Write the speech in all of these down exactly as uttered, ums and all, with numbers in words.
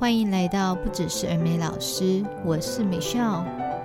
欢迎来到不只是儿美老师，我是Michelle。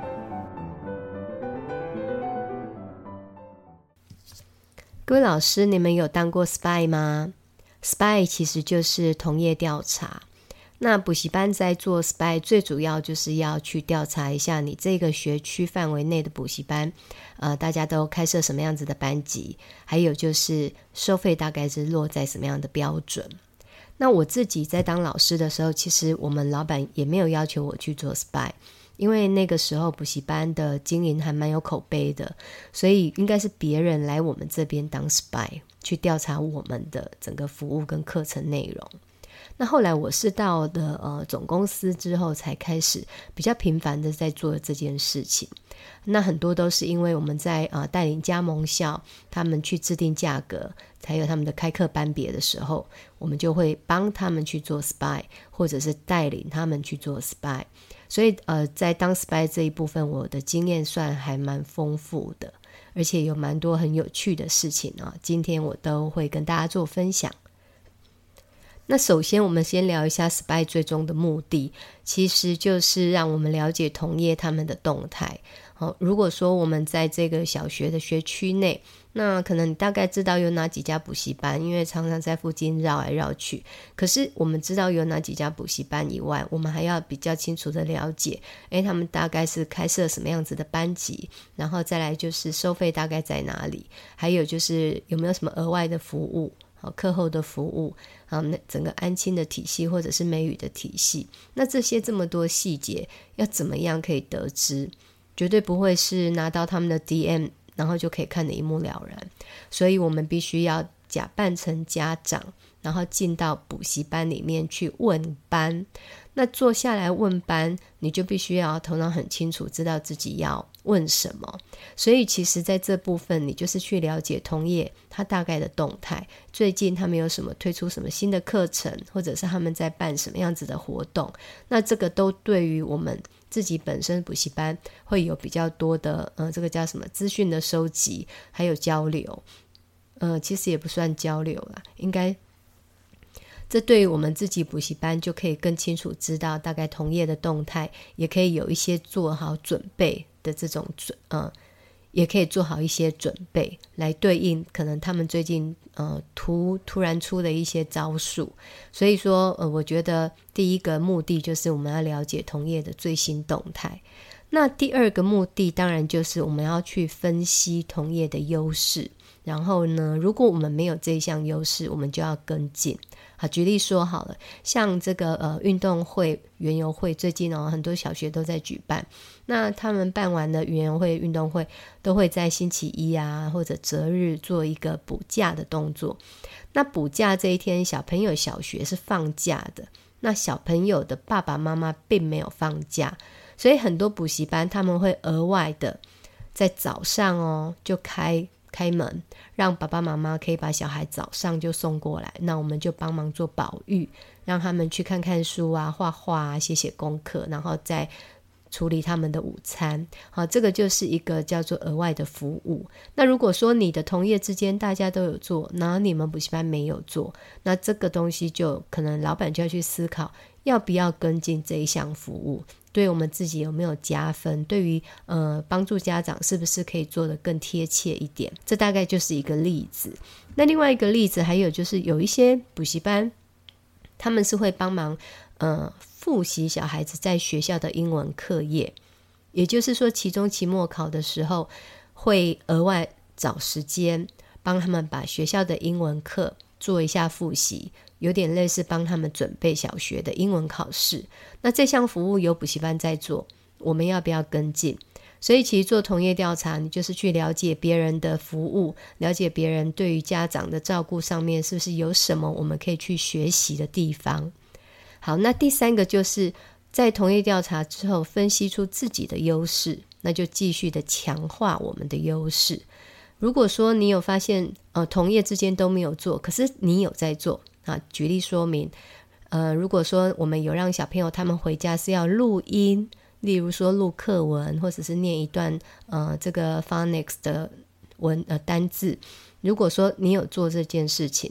各位老师，你们有当过 S P Y 吗？ S P Y 其实就是同业调查。那补习班在做 S P Y 最主要就是要去调查一下你这个学区范围内的补习班，呃，大家都开设什么样子的班级，还有就是收费大概是落在什么样的标准。那我自己在当老师的时候，其实我们老板也没有要求我去做 S P Y， 因为那个时候补习班的经营还蛮有口碑的，所以应该是别人来我们这边当 S P Y 去调查我们的整个服务跟课程内容。那后来我是到的呃总公司之后，才开始比较频繁的在做这件事情。那很多都是因为我们在呃带领加盟校他们去制定价格，还有他们的开课班别的时候，我们就会帮他们去做 S P Y， 或者是带领他们去做 S P Y。 所以呃在当 S P Y 这一部分，我的经验算还蛮丰富的，而且有蛮多很有趣的事情啊，今天我都会跟大家做分享。那首先我们先聊一下 S P Y 最终的目的，其实就是让我们了解同业他们的动态。哦，如果说我们在这个小学的学区内，那可能你大概知道有哪几家补习班，因为常常在附近绕来绕去。可是我们知道有哪几家补习班以外，我们还要比较清楚的了解，诶，他们大概是开设什么样子的班级，然后再来就是收费大概在哪里，还有就是有没有什么额外的服务，课后的服务，整个安亲的体系或者是美语的体系。那这些这么多细节要怎么样可以得知？绝对不会是拿到他们的 D M 然后就可以看得一目了然，所以我们必须要假扮成家长，然后进到补习班里面去问班。那坐下来问班，你就必须要头脑很清楚，知道自己要问什么。所以其实在这部分，你就是去了解同业他大概的动态，最近他们有什么推出什么新的课程，或者是他们在办什么样子的活动。那这个都对于我们自己本身补习班会有比较多的呃，这个叫什么资讯的收集，还有交流。呃，其实也不算交流啦，应该这对于我们自己补习班就可以更清楚知道大概同业的动态，也可以有一些做好准备的这种准呃，也可以做好一些准备来对应可能他们最近呃突突然出的一些招数。所以说呃，我觉得第一个目的就是我们要了解同业的最新动态。那第二个目的当然就是我们要去分析同业的优势，然后呢，如果我们没有这一项优势，我们就要跟进。好，举例说好了，像这个呃运动会、园游会，最近哦很多小学都在举办。那他们办完了园游会、运动会，都会在星期一啊或者择日做一个补假的动作。那补假这一天，小朋友小学是放假的，那小朋友的爸爸妈妈并没有放假，所以很多补习班他们会额外的在早上哦就开开门，让爸爸妈妈可以把小孩早上就送过来，那我们就帮忙做保育，让他们去看看书啊、画画啊、写写功课，然后再处理他们的午餐。好，这个就是一个叫做额外的服务。那如果说你的同业之间大家都有做，然后你们补习班没有做，那这个东西就可能老板就要去思考要不要跟进这一项服务，对我们自己有没有加分，对于呃帮助家长是不是可以做得更贴切一点。这大概就是一个例子。那另外一个例子还有就是有一些补习班他们是会帮忙呃复习小孩子在学校的英文课业，也就是说期中期末考的时候会额外找时间帮他们把学校的英文课做一下复习，有点类似帮他们准备小学的英文考试。那这项服务有补习班在做，我们要不要跟进？所以其实做同业调查，你就是去了解别人的服务，了解别人对于家长的照顾上面是不是有什么我们可以去学习的地方。好，那第三个就是在同业调查之后分析出自己的优势，那就继续的强化我们的优势。如果说你有发现呃，同业之间都没有做，可是你有在做啊，举例说明呃，如果说我们有让小朋友他们回家是要录音，例如说录课文，或者是念一段呃这个 phonics 的文呃单字，如果说你有做这件事情，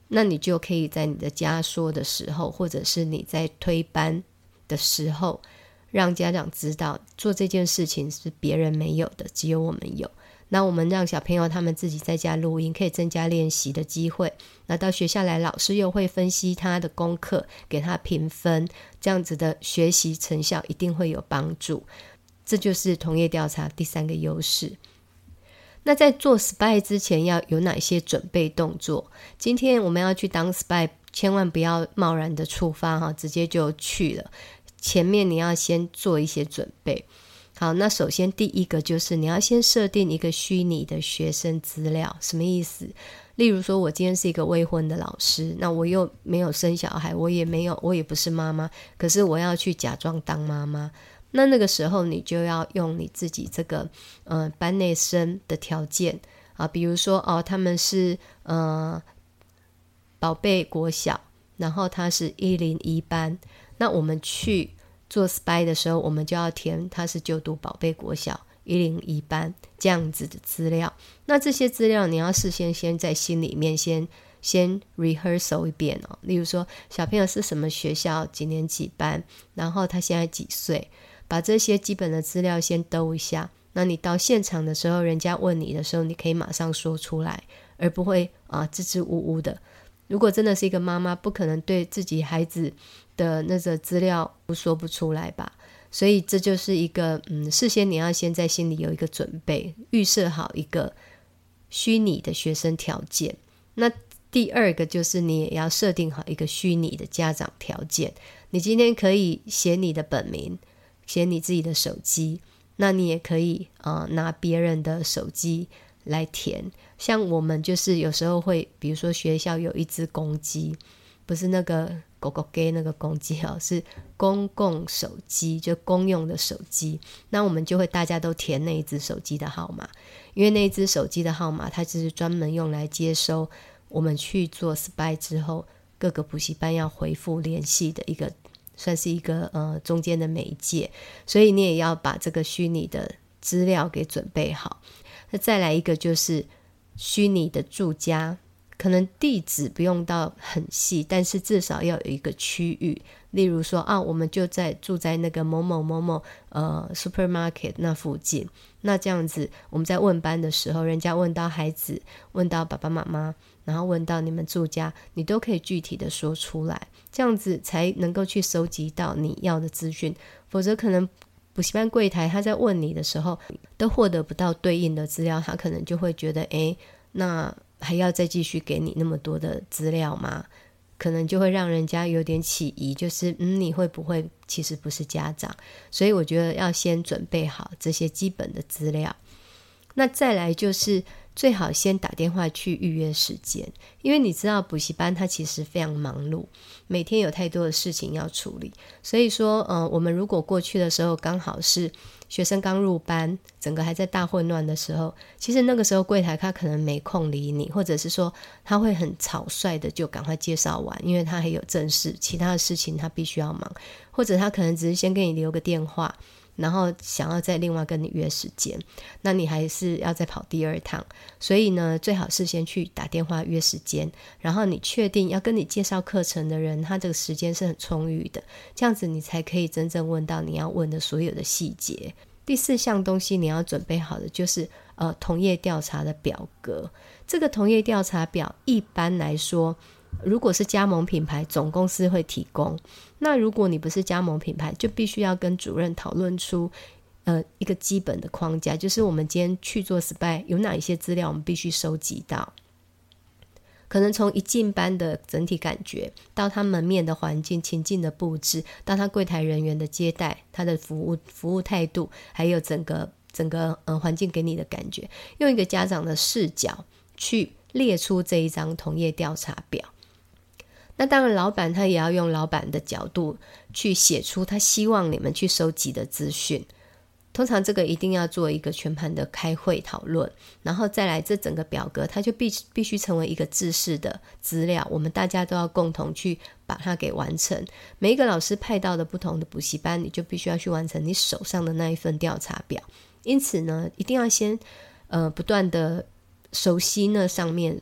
那你就可以在你的家说的时候，或者是你在推班的时候，让家长知道做这件事情是别人没有的，只有我们有。那我们让小朋友他们自己在家录音，可以增加练习的机会。那到学校来，老师又会分析他的功课，给他评分，这样子的学习成效一定会有帮助。这就是同业调查第三个优势。那在做 S P Y 之前要有哪些准备动作？今天我们要去当 S P Y， 千万不要贸然的出发，直接就去了。前面你要先做一些准备。好，那首先第一个就是你要先设定一个虚拟的学生资料。什么意思？例如说我今天是一个未婚的老师，那我又没有生小孩，我也没有，我也不是妈妈，可是我要去假装当妈妈。那那个时候你就要用你自己这个呃班内生的条件啊，比如说哦他们是呃宝贝国小，然后他是一零一班，那我们去做 S P Y 的时候，我们就要填他是就读宝贝国小一零一班这样子的资料。那这些资料你要事先先在心里面先先 rehearsal 一遍哦。例如说小朋友是什么学校，几年几班，然后他现在几岁，把这些基本的资料先兜一下。那你到现场的时候，人家问你的时候，你可以马上说出来，而不会啊支支吾吾的。如果真的是一个妈妈，不可能对自己孩子的那个资料说不出来吧。所以这就是一个嗯，事先你要先在心里有一个准备，预设好一个虚拟的学生条件。那第二个就是你也要设定好一个虚拟的家长条件。你今天可以写你的本名，写你自己的手机，那你也可以、呃、拿别人的手机来填。像我们就是有时候会，比如说学校有一只公鸡，不是那个狗狗给那个公鸡哦，是公共手机，就公用的手机。那我们就会大家都填那一只手机的号码，因为那一只手机的号码它就是专门用来接收我们去做 S P Y 之后各个补习班要回复联系的一个，算是一个呃中间的媒介。所以你也要把这个虚拟的资料给准备好。那再来一个就是虚拟的住家，可能地址不用到很细，但是至少要有一个区域。例如说啊，我们就在住在那个某某某某呃 supermarket 那附近。那这样子我们在问班的时候，人家问到孩子，问到爸爸妈妈，然后问到你们住家，你都可以具体的说出来，这样子才能够去收集到你要的资讯。否则可能补习班柜台他在问你的时候都获得不到对应的资料，他可能就会觉得诶，那还要再继续给你那么多的资料吗？可能就会让人家有点起疑，就是嗯，你会不会其实不是家长？所以我觉得要先准备好这些基本的资料。那再来就是最好先打电话去预约时间，因为你知道补习班它其实非常忙碌，每天有太多的事情要处理。所以说呃，我们如果过去的时候刚好是学生刚入班，整个还在大混乱的时候，其实那个时候柜台他可能没空理你，或者是说他会很草率的就赶快介绍完，因为他还有正事，其他的事情他必须要忙，或者他可能只是先给你留个电话，然后想要再另外跟你约时间，那你还是要再跑第二趟。所以呢，最好是先去打电话约时间，然后你确定要跟你介绍课程的人他这个时间是很充裕的，这样子你才可以真正问到你要问的所有的细节。第四项东西你要准备好的就是呃同业调查的表格。这个同业调查表一般来说如果是加盟品牌总公司会提供，那如果你不是加盟品牌，就必须要跟主任讨论出呃一个基本的框架，就是我们今天去做 S P Y 有哪一些资料我们必须收集到。可能从一进班的整体感觉，到他门面的环境情境的布置，到他柜台人员的接待，他的服务服务态度，还有整个整个呃环境给你的感觉，用一个家长的视角去列出这一张同业调查表。那当然老板他也要用老板的角度去写出他希望你们去收集的资讯。通常这个一定要做一个全盘的开会讨论，然后再来这整个表格它就必必须成为一个制式的资料，我们大家都要共同去把它给完成。每一个老师派到的不同的补习班，你就必须要去完成你手上的那一份调查表。因此呢，一定要先呃不断的熟悉那上面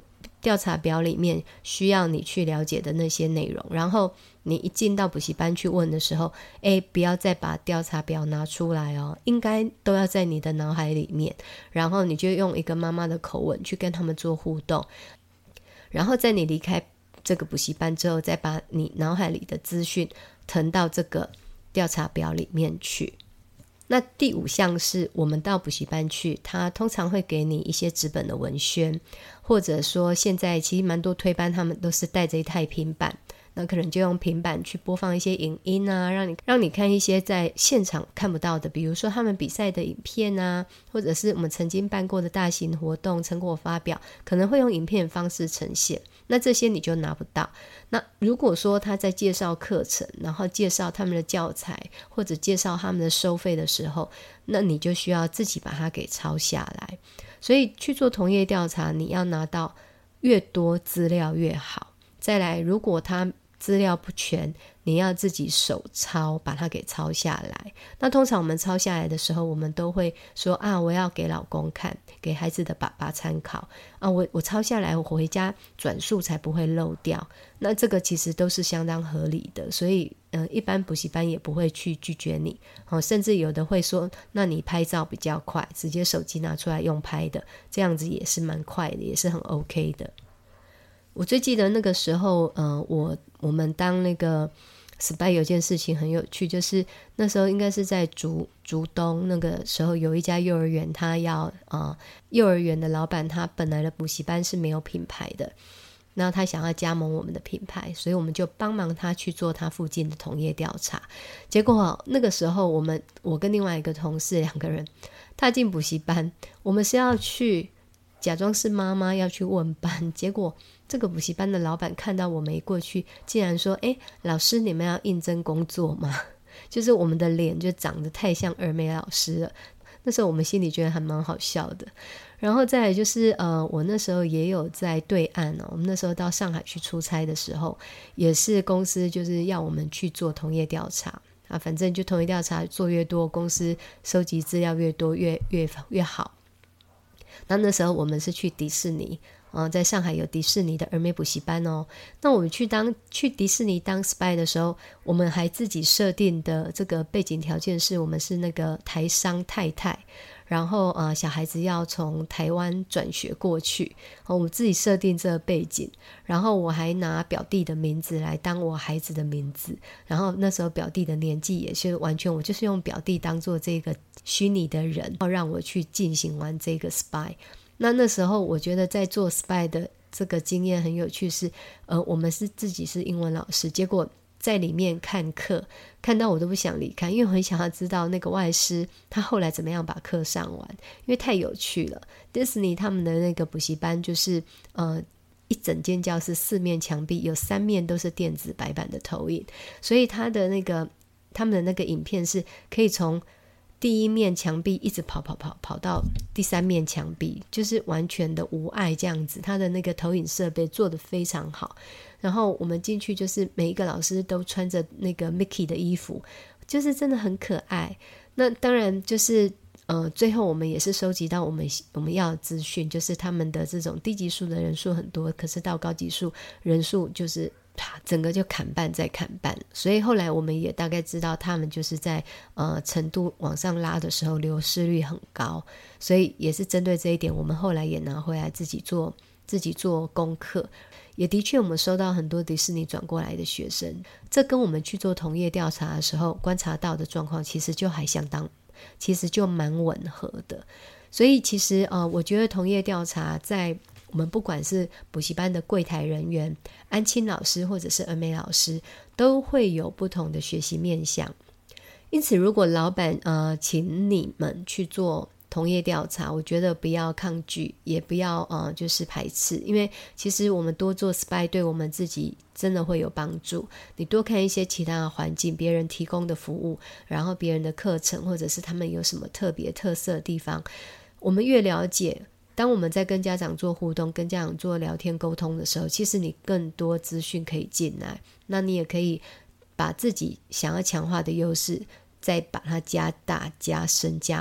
调查表里面需要你去了解的那些内容，然后你一进到补习班去问的时候，诶，不要再把调查表拿出来哦，应该都要在你的脑海里面，然后你就用一个妈妈的口吻去跟他们做互动，然后在你离开这个补习班之后，再把你脑海里的资讯誊到这个调查表里面去。那第五项是我们到补习班去，他通常会给你一些纸本的文宣，或者说现在其实蛮多推班他们都是带着一台平板，那可能就用平板去播放一些影音啊，让你让你看一些在现场看不到的，比如说他们比赛的影片啊，或者是我们曾经办过的大型活动成果发表，可能会用影片方式呈现，那这些你就拿不到。那如果说他在介绍课程，然后介绍他们的教材，或者介绍他们的收费的时候，那你就需要自己把它给抄下来。所以去做同业调查，你要拿到越多资料越好。再来，如果他资料不全，你要自己手抄，把它给抄下来。那通常我们抄下来的时候，我们都会说啊，我要给老公看，给孩子的爸爸参考啊，我我抄下来，我回家转述才不会漏掉。那这个其实都是相当合理的，所以呃，一般补习班也不会去拒绝你、哦、甚至有的会说，那你拍照比较快，直接手机拿出来用拍的，这样子也是蛮快的，也是很 OK 的。我最记得那个时候呃，我我们当那个 S P Y 有件事情很有趣，就是那时候应该是在竹竹东，那个时候有一家幼儿园，他要呃，幼儿园的老板他本来的补习班是没有品牌的，那他想要加盟我们的品牌，所以我们就帮忙他去做他附近的同业调查。结果那个时候我们我跟另外一个同事两个人踏进补习班，我们是要去假装是妈妈要去问班，结果这个补习班的老板看到我们一过去，竟然说，诶，老师你们要应征工作吗？就是我们的脸就长得太像儿美老师了。那时候我们心里觉得还蛮好笑的。然后再来就是呃，我那时候也有在对岸哦，我们那时候到上海去出差的时候，也是公司就是要我们去做同业调查啊，反正就同业调查做越多，公司收集资料越多越越越好。那那时候我们是去迪士尼、呃、在上海有迪士尼的儿美补习班哦。那我们去当去迪士尼当 S P Y 的时候，我们还自己设定的这个背景条件是我们是那个台商太太，然后呃，小孩子要从台湾转学过去、哦、我们自己设定这个背景，然后我还拿表弟的名字来当我孩子的名字，然后那时候表弟的年纪也是完全，我就是用表弟当做这个虚拟的人，让我去进行完这个 S P Y。 那那时候我觉得在做 S P Y 的这个经验很有趣是呃，我们是自己是英文老师，结果在里面看课看到我都不想离开，因为我很想要知道那个外师他后来怎么样把课上完，因为太有趣了。迪士尼他们的那个补习班就是呃一整间教室四面墙壁有三面都是电子白板的投影，所以他的那个他们的那个影片是可以从第一面墙壁一直跑跑跑跑到第三面墙壁，就是完全的无碍这样子。他的那个投影设备做得非常好，然后我们进去就是每一个老师都穿着那个 Mickey 的衣服，就是真的很可爱。那当然就是呃，最后我们也是收集到我们我们要的资讯，就是他们的这种低级数的人数很多，可是到高级数人数就是整个就砍半再砍半，所以后来我们也大概知道他们就是在呃程度往上拉的时候流失率很高，所以也是针对这一点，我们后来也拿回来自己做自己做功课。也的确我们收到很多迪士尼转过来的学生，这跟我们去做同业调查的时候观察到的状况其实就还相当其实就蛮吻合的。所以其实呃，我觉得同业调查在我们不管是补习班的柜台人员、安亲老师或者是儿美老师，都会有不同的学习面向。因此如果老板呃请你们去做同业调查，我觉得不要抗拒，也不要呃就是排斥，因为其实我们多做 S P Y 对我们自己真的会有帮助。你多看一些其他的环境，别人提供的服务，然后别人的课程，或者是他们有什么特别特色的地方，我们越了解，当我们在跟家长做互动，跟家长做聊天沟通的时候，其实你更多资讯可以进来，那你也可以把自己想要强化的优势再把它加大加深加广。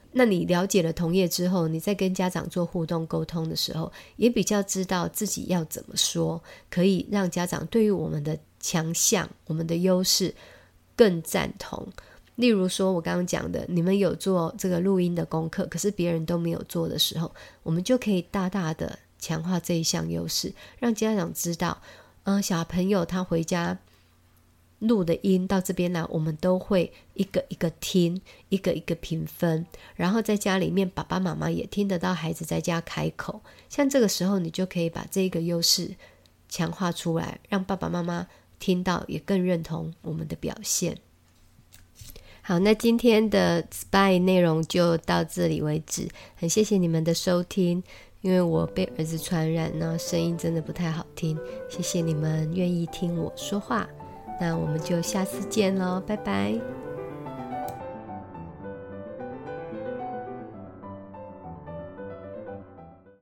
那你了解了同业之后，你在跟家长做互动沟通的时候，也比较知道自己要怎么说，可以让家长对于我们的强项、我们的优势更赞同。例如说我刚刚讲的，你们有做这个录音的功课，可是别人都没有做的时候，我们就可以大大的强化这一项优势，让家长知道嗯，小朋友他回家录的音到这边来，我们都会一个一个听，一个一个评分，然后在家里面爸爸妈妈也听得到孩子在家开口，像这个时候你就可以把这个优势强化出来，让爸爸妈妈听到也更认同我们的表现。好，那今天的 S P Y 内容就到这里为止，很谢谢你们的收听，因为我被儿子传染呢，声音真的不太好听，谢谢你们愿意听我说话，那我们就下次见咯，拜拜。